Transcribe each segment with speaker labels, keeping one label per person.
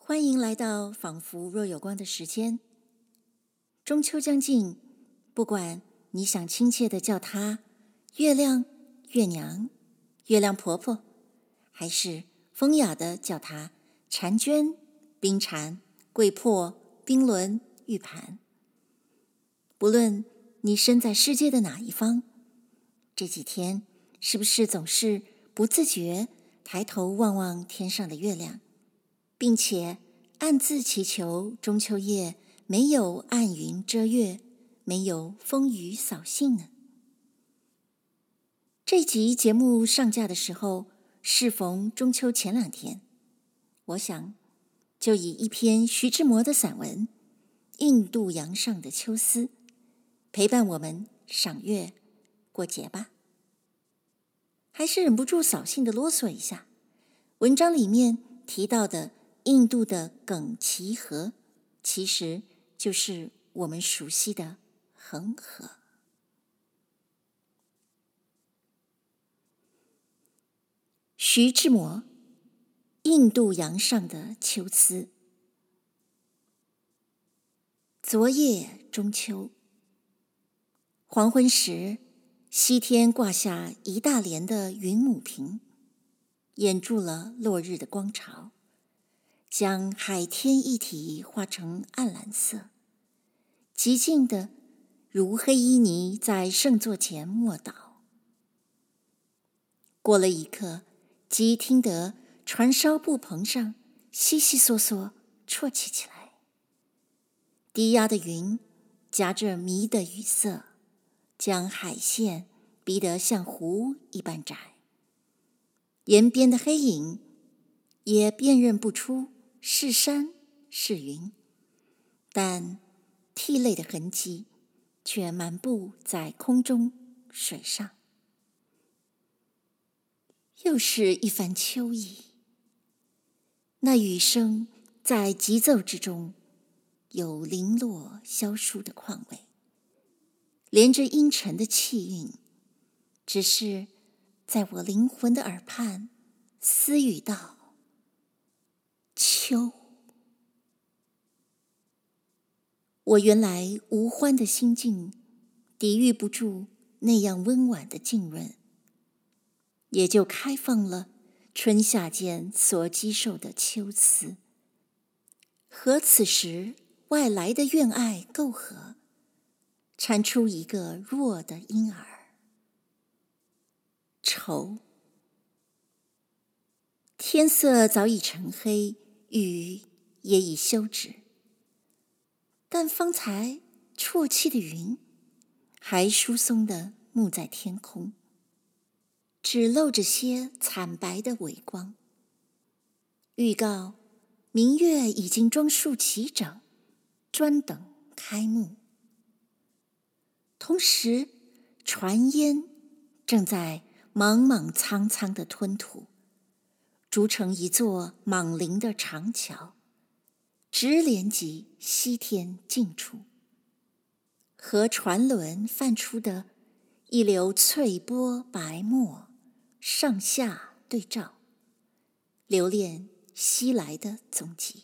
Speaker 1: 欢迎来到仿佛若有光的时间。中秋将近，不管你想亲切地叫它月亮、月娘、月亮婆婆，还是风雅地叫它婵娟、冰蝉、桂破、冰轮、玉盘，不论你身在世界的哪一方，这几天是不是总是不自觉抬头望望天上的月亮，并且暗自祈求中秋夜没有暗云遮月，没有风雨扫兴呢？这集节目上架的时候，适逢中秋前2天，我想就以一篇徐志摩的散文《印度洋上的秋思》陪伴我们赏月过节吧。还是忍不住扫兴地啰嗦一下，文章里面提到的印度的耿齐河，其实就是我们熟悉的恒河。徐志摩《印度洋上的秋思》。昨夜中秋，黄昏时，西天挂下一大帘的云母屏，掩住了落日的光潮，将海天一体画成暗蓝色，极静的如黑衣尼在圣座前默祷。过了一刻，即听得船梢布棚上悉悉嗦嗦啜泣起来，低压的云夹着迷的雨色，将海线逼得像湖一般窄，沿边的黑影也辨认不出是山是云，但涕泪的痕迹却漫布在空中水上。又是一番秋意，那雨声在急奏之中有零落消疏的况味，连着阴沉的气韵，只是在我灵魂的耳畔私语道：秋。我原来无欢的心境抵御不住那样温婉的浸润，也就开放了春夏间所积受的秋思，和此时外来的怨爱媾和，产出一个弱的婴儿。愁。天色早已沉黑，雨也已休止，但方才啜泣的云还疏松地沐在天空，只露着些惨白的尾光，预告明月已经装束齐整，专等开幕。同时，船烟正在莽莽苍苍地吞吐，筑成一座莽陵的长桥，直连及西天近处，和船轮泛出的一流翠波白沫上下对照，留恋西来的踪迹。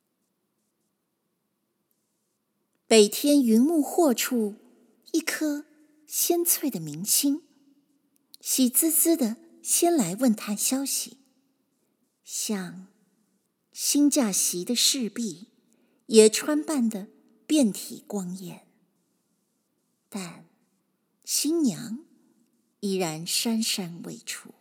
Speaker 1: 北天云幕惑处，一颗鲜翠的明星，喜滋滋的先来问探消息，像新嫁席的侍婢，也穿扮得遍体光艳，但新娘依然姗姗未出。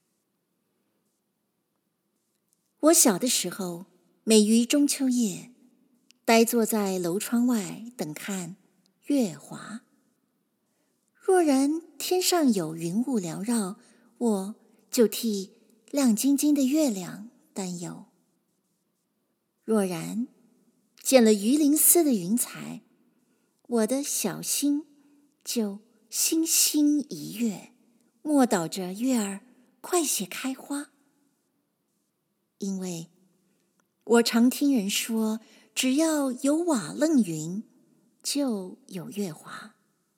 Speaker 1: 我小的时候，每于中秋夜，呆坐在楼窗外等看月华。若然天上有云雾缭绕，我就替亮晶晶的月亮担忧；若然见了鱼鳞丝的云彩，我的小心就星星一跃，默祷着月儿快些开花。因为我常听人说，只要有瓦楞云，就有月华。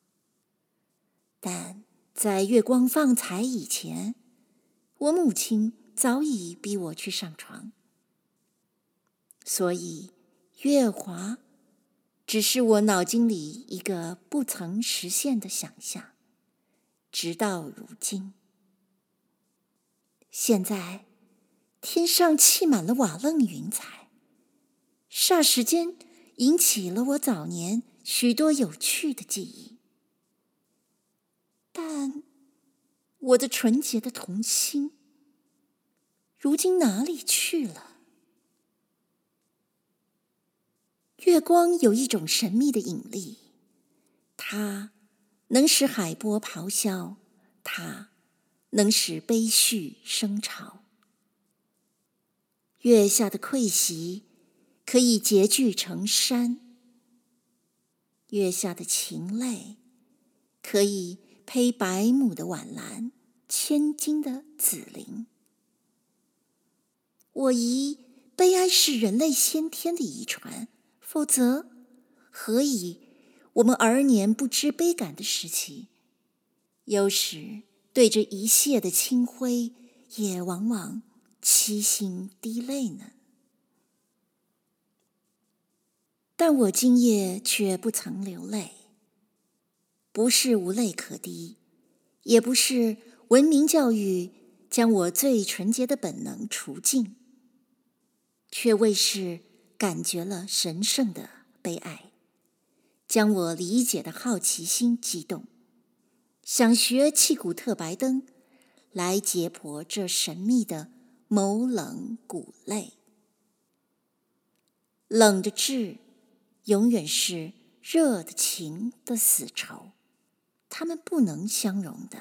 Speaker 1: 但在月光放彩以前，我母亲早已逼我去上床， 所以月华只是我脑筋里一个不曾实现的想象，直到如今。现在天上气满了瓦楞云彩，霎时间引起了我早年许多有趣的记忆。但我的纯洁的童心，如今哪里去了？月光有一种神秘的引力，它能使海波咆哮，它能使悲绪升潮。月下的馈席可以结聚成山，月下的情泪可以披百亩的晚兰，千金的紫菱。我疑悲哀是人类先天的遗传，否则何以我们儿年不知悲感的时期，有时对着一泻的清辉，也往往凄心滴泪呢？但我今夜却不曾流泪，不是无泪可滴，也不是文明教育将我最纯洁的本能除尽，却为是感觉了神圣的悲哀，将我理解的好奇心激动，想学契古特白登来解剖这神秘的眸冷骨泪。冷的志永远是热的情的死仇，他们不能相容的。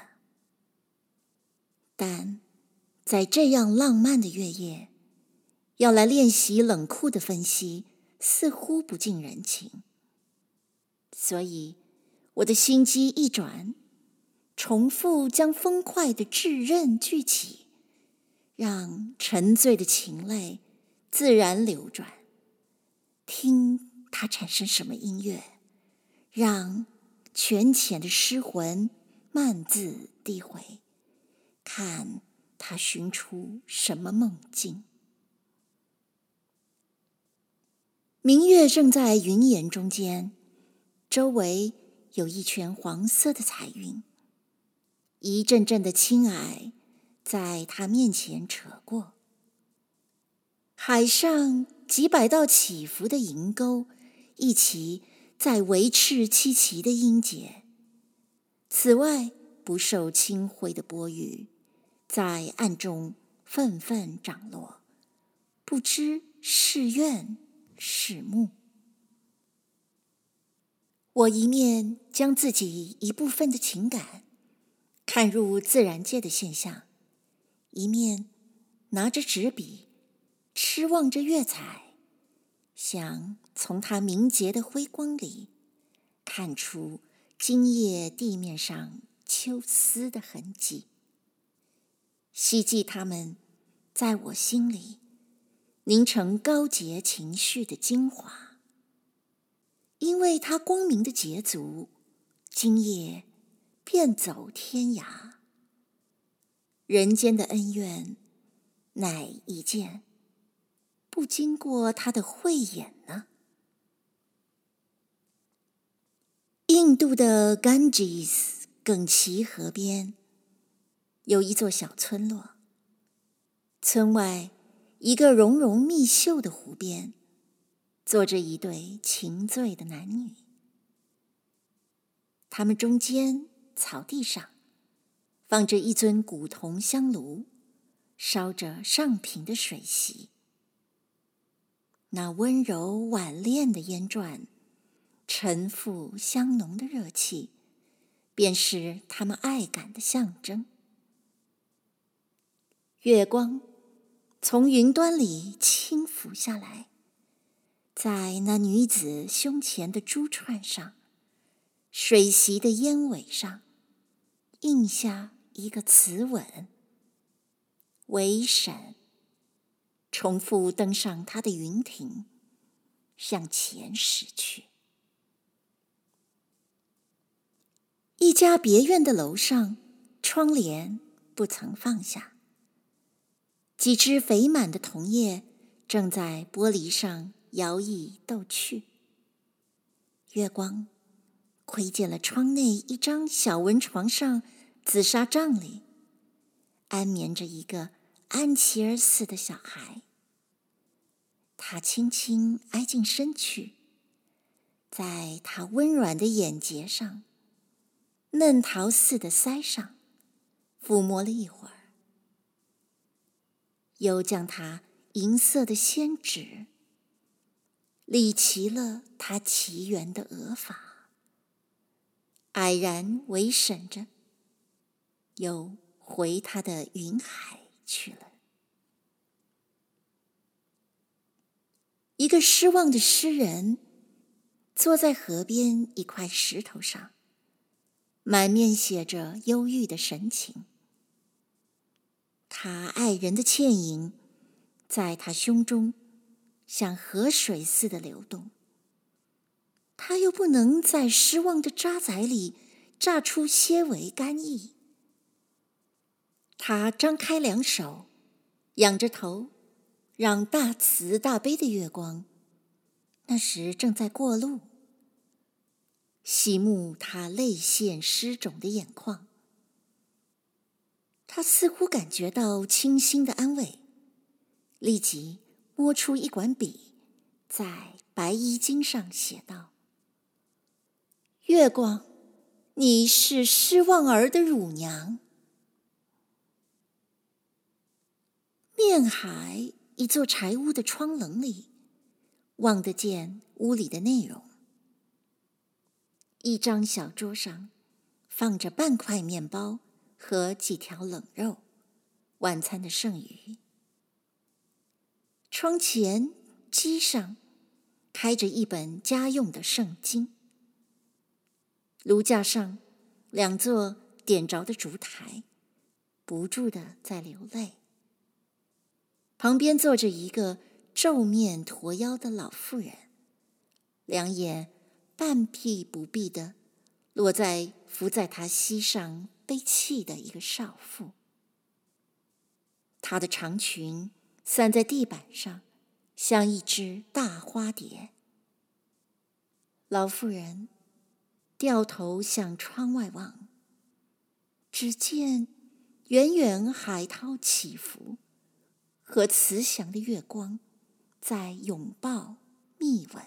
Speaker 1: 但在这样浪漫的月夜，要来练习冷酷的分析，似乎不近人情。所以我的心机一转，重复将风快的炙刃聚起，让沉醉的情泪自然流转，听它产生什么音乐，让泉浅的诗魂漫自低回，看它寻出什么梦境。明月正在云岩中间，周围有一圈黄色的彩云，一阵阵的轻霭在它面前扯过。海上几百道起伏的银钩一起在维持凄奇的音节。此外，不受清辉的波雨在暗中纷纷涨落，不知是怨是慕。我一面将自己一部分的情感看入自然界的现象，一面拿着纸笔痴望着月彩，想从它明洁的辉光里看出今夜地面上秋丝的痕迹，希冀它们在我心里凝成高洁情绪的精华。因为它光明的捷足，今夜便走天涯。人间的恩怨，乃一件不经过他的慧眼呢？印度的 Ganges 耿奇河边有一座小村落，村外一个融融密秀的湖边，坐着一对情醉的男女。他们中间草地上放着一尊古铜香炉，烧着上品的水席。那温柔婉练的烟转，沉馥香浓的热气，便是他们爱感的象征。月光从云端里轻拂下来，在那女子胸前的珠串上，水席的烟尾上，印下一个词吻。为审，重复登上他的云亭，向前驶去。一家别院的楼上，窗帘不曾放下，几只肥满的桐叶正在玻璃上摇曳逗趣。月光窥见了窗内一张小蚊床上紫纱帐里安眠着一个安琪儿似的小孩。他轻轻挨近身去，在他温软的眼睫上、嫩桃似的腮上抚摸了一会儿，又将他银色的仙指理齐了他奇圆的额发，蔼然微审着，又回他的云海去了。一个失望的诗人坐在河边一块石头上，满面写着忧郁的神情。他爱人的倩影在他胸中像河水似的流动，他又不能在失望的渣滓里榨出些微甘意。他张开两手，仰着头，让大慈大悲的月光那时正在过路，洗沐他泪腺湿肿的眼眶。他似乎感觉到清新的安慰，立即摸出一管笔，在白衣襟上写道：月光，你是失望儿的乳娘。面海一座柴屋的窗棱里，望得见屋里的内容。一张小桌上放着半块面包和几条冷肉，晚餐的剩余。窗前机上开着一本家用的圣经，炉架上两座点着的烛台不住地在流泪。旁边坐着一个皱面驼腰的老妇人，两眼半闭不闭地落在伏在她膝上悲泣的一个少妇。她的长裙散在地板上，像一只大花蝶。老妇人掉头向窗外望，只见远远海涛起伏，和慈祥的月光在拥抱密吻。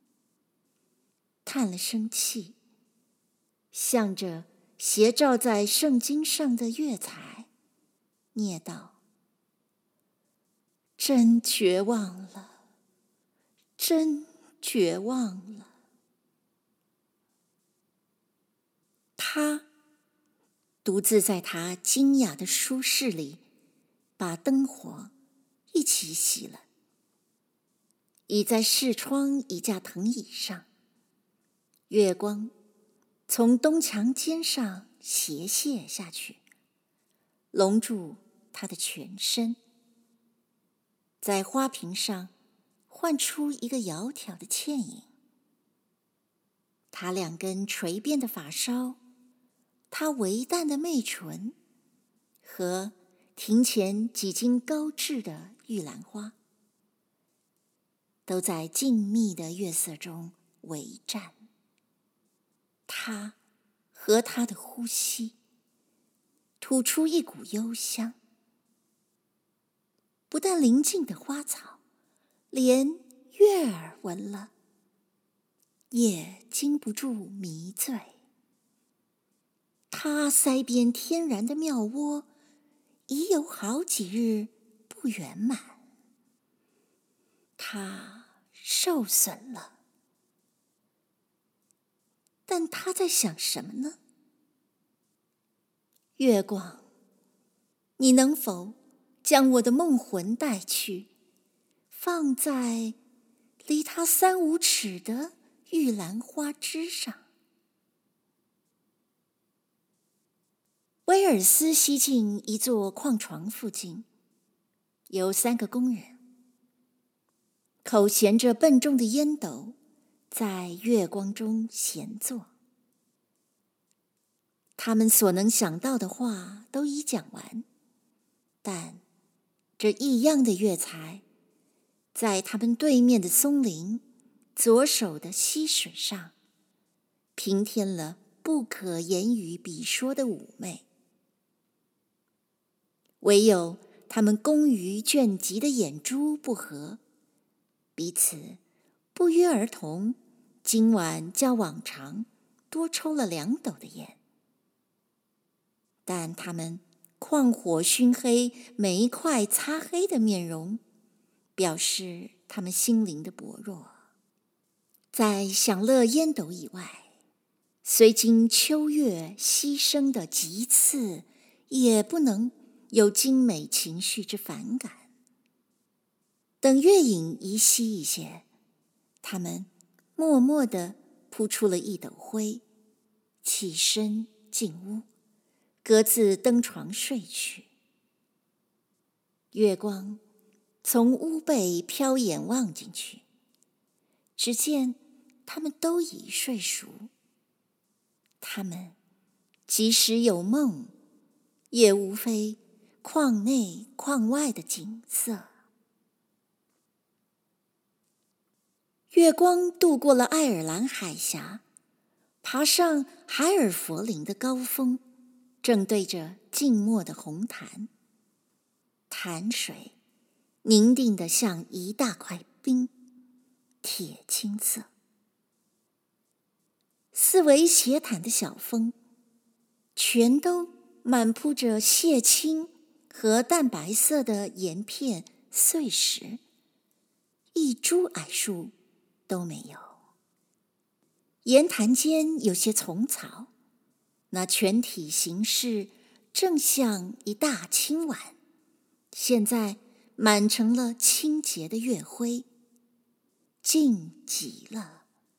Speaker 1: 叹了声气，向着斜照在圣经上的月彩念道：真绝望了，真绝望了。他独自在他精雅的书室里，把灯火一起熄了，倚在视窗一架藤椅上，月光从东墙尖上斜泻下去，笼住他的全身，在花瓶上唤出一个窈窕的倩影。他两根垂辫的发梢，他微淡的媚唇，和庭前几茎高质的玉兰花，都在静谧的月色中围战。他和他的呼吸吐出一股幽香，不但邻近的花草，连月儿闻了也禁不住迷醉。他腮边天然的妙窝已有好几日不圆满，他受损了。但他在想什么呢？月光，你能否将我的梦魂带去，放在离他3、5尺的玉兰花枝上？威尔斯西近一座矿床附近，有3个工人，口衔着笨重的烟斗，在月光中闲坐。他们所能想到的话都已讲完，但这异样的月才在他们对面的松林，左手的溪水上，平添了不可言语比说的妩媚。唯有他们工于倦极的眼珠不合，彼此不约而同，今晚较往常多抽了2斗的烟。但他们旷火熏黑、煤块擦黑的面容，表示他们心灵的薄弱。在享乐烟斗以外，虽经秋月牺牲的极次，也不能有精美情绪之反感。等月影移稀一些，他们默默地扑出了一斗灰，起身进屋，各自登床睡去。月光从屋背瞟眼望进去，只见他们都已睡熟。他们即使有梦，也无非框内框外的景色。月光渡过了爱尔兰海峡，爬上海尔佛林的高峰，正对着静默的红潭。潭水凝定得像一大块冰，铁青色。四围斜袒的小峰，全都满铺着蟹青和淡白色的岩片碎石，一株矮树都没有。岩潭间有些丛草，那全体形式正像一大青碗，现在满成了清洁的月辉，静极了。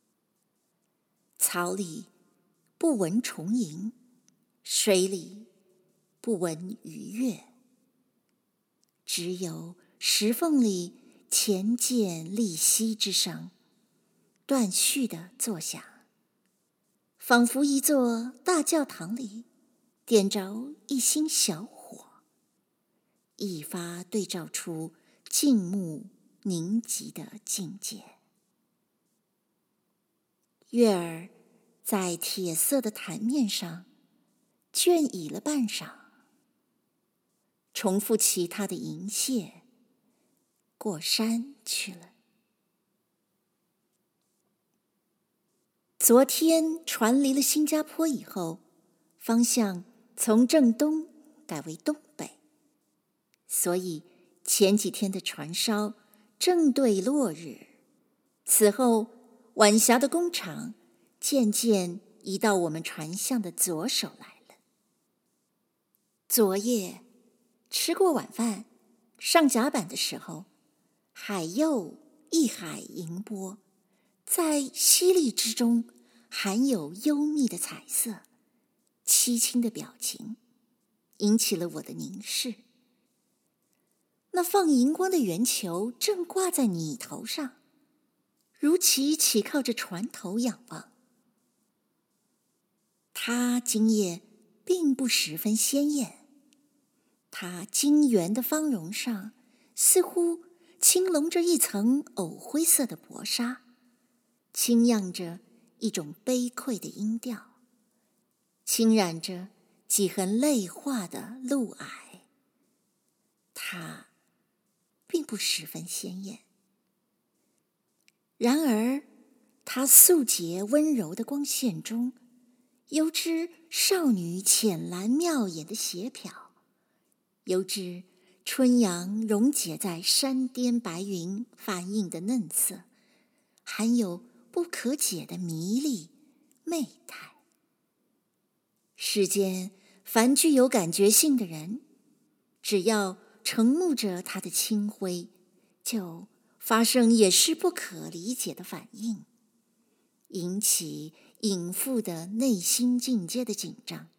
Speaker 1: 草里不闻虫吟，水里不闻鱼跃，只有石缝里钱剑利息之声断续地作响，仿佛一座大教堂里点着一星小火，一发对照出静穆凝寂的境界。月儿在铁色的潭面上倦倚了半晌，重复起他的银屑，过山去了。昨天船离了新加坡以后，方向从正东改为东北，所以前几天的船梢正对落日。此后晚霞的工厂渐渐移到我们船向的左手来了。昨夜吃过晚饭，上甲板的时候，海右一海盈波，在淅沥之中含有幽密的彩色，凄清的表情引起了我的凝视。那放荧光的圆球正挂在你头上，如其倚靠着船头仰望。它今夜并不十分鲜艳，它晶圆的方容上似乎轻笼着一层藕灰色的薄纱，轻漾着一种悲愧的音调，轻染着几痕泪化的露霭。它并不十分鲜艳，然而它素洁温柔的光线中，有只少女浅蓝妙眼的斜瞟，有只春阳溶解在山巅白云反映的嫩色，含有不可解的迷离媚态。世间凡具有感觉性的人，只要承目着它的清辉，就发生也是不可理解的反应，引起隐覆的内心境界的紧张，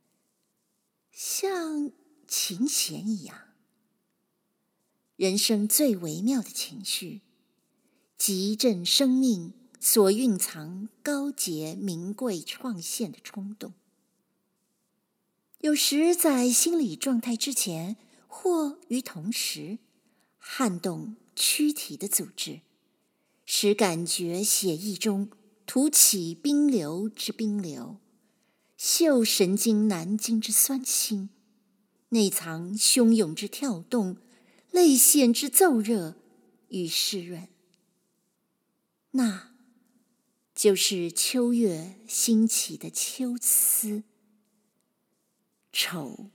Speaker 1: 像琴弦一样。人生最微妙的情绪，极振生命所蕴藏高洁名贵创现的冲动。有时在心理状态之前，或于同时，撼动躯体的组织，使感觉血液中凸起冰流之冰流，嗅神经难经之酸辛，内藏汹涌之跳动，泪腺之骤热与湿润。那就是秋月兴起的秋思愁。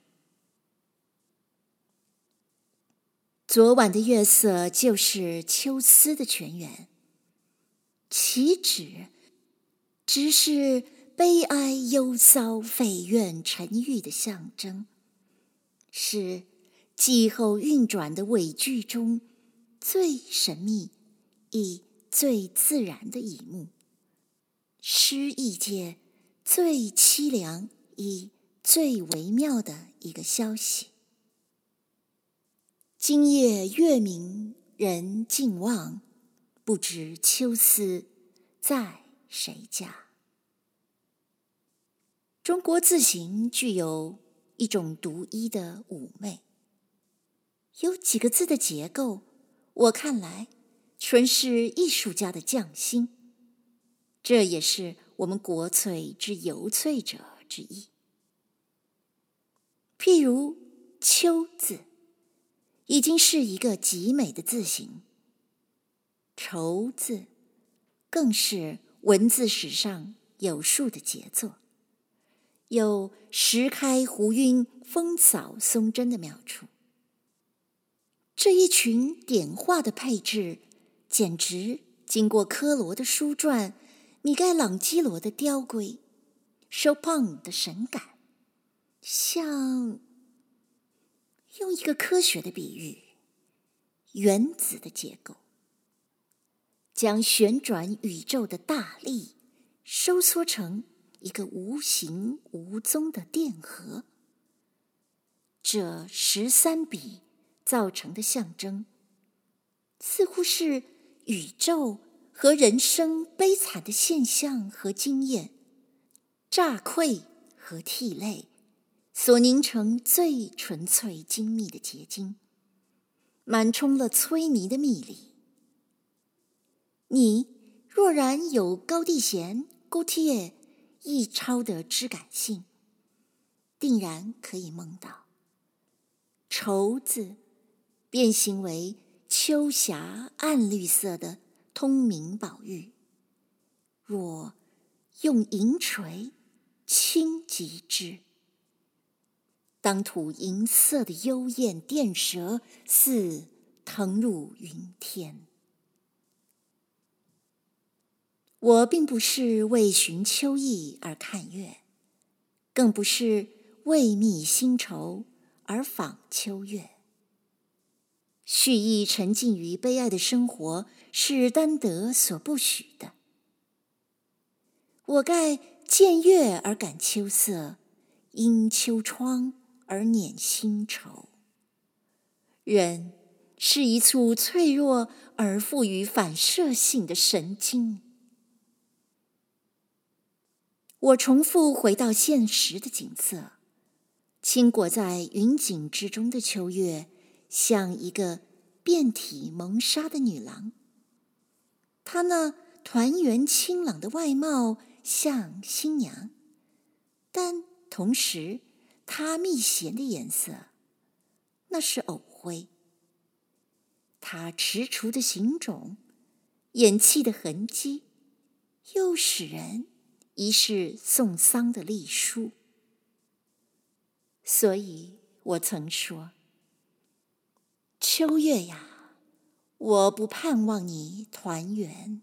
Speaker 1: 昨晚的月色就是秋思的泉源，岂只是悲哀忧骚悱怨沉郁的象征，是季候运转的伪剧中最神秘亦最自然的一幕，诗意界最凄凉亦最微妙的一个消息。今夜月明人尽望，不知秋思在谁家。中国字形具有一种独一的妩媚，有几个字的结构，我看来纯是艺术家的匠心，这也是我们国粹之游粹者之一。譬如秋字已经是一个极美的字形，愁字更是文字史上有数的杰作，有石开胡晕风扫松针的妙处。这一群点画的配置，简直经过科罗的书传，米盖朗基罗的雕龟，收胖的神感，像用一个科学的比喻，原子的结构，将旋转宇宙的大力收缩成一个无形无踪的电荷。这13笔造成的象征，似乎是宇宙和人生悲惨的现象和经验，乍溃和涕泪所凝成最纯粹精密的结晶，满充了催迷的秘力。你若然有高第贤、勾提耶一超的知感性，定然可以梦到愁字变形为秋霞暗绿色的通明宝玉，若用银锤轻击之，当吐银色的幽焰电蛇，似腾入云天。我并不是为寻秋意而看月，更不是为觅新愁而访秋月。蓄意沉浸于悲哀的生活，是丹德所不许的。我盖见月而感秋色，因秋窗而捻新愁。人是一簇脆弱而富于反射性的神经。我重复回到现实的景色，倾裹在云锦之中的秋月，像一个遍体蒙纱的女郎。她那团圆清朗的外貌像新娘，但同时她蜜衔的颜色，那是藕灰。她踟蹰的行种，偃气的痕迹，又使人疑是送丧的隶书。所以我曾说，秋月呀，我不盼望你团圆。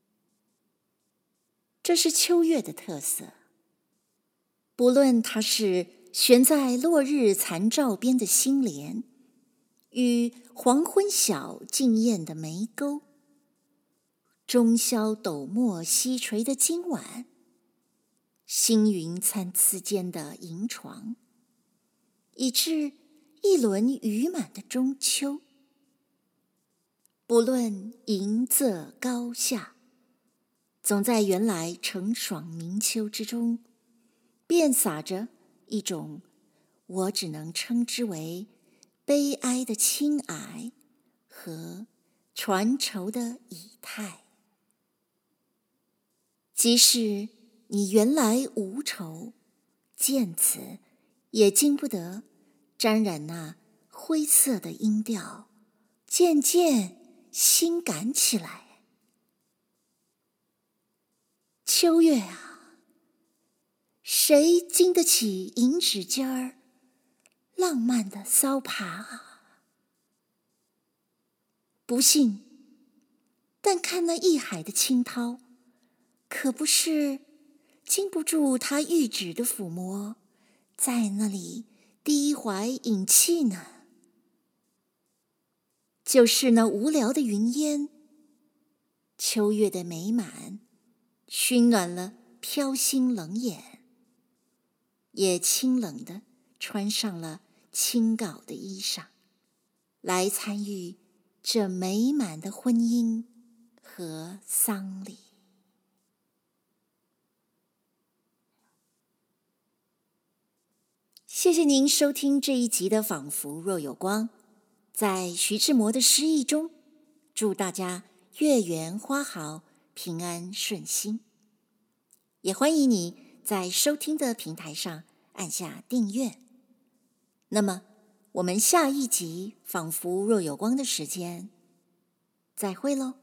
Speaker 1: 这是秋月的特色，不论它是悬在落日残照边的星莲，与黄昏晓竞艳的梅沟，中宵斗墨西垂的今晚，星云参差间的银床，以至一轮雨满的中秋。不论银仄高下，总在原来澄爽明秋之中，遍洒着一种我只能称之为悲哀的轻霭和传愁的仪态。即使你原来无愁，见此也经不得沾染那灰色的音调，渐渐心感起来。秋月啊，谁经得起银指尖儿浪漫的搔爬啊？不信，但看那一海的清涛，可不是经不住他玉指的抚摸，在那里低怀隐气呢。就是那无聊的云烟，秋月的美满熏暖了飘心冷眼，也清冷地穿上了清稿的衣裳，来参与这美满的婚姻和丧礼。谢谢您收听这一集的《仿佛若有光》。在徐志摩的诗意中，祝大家月圆花好，平安顺心。也欢迎你在收听的平台上按下订阅。那么，我们下一集《仿佛若有光》的时间，再会喽。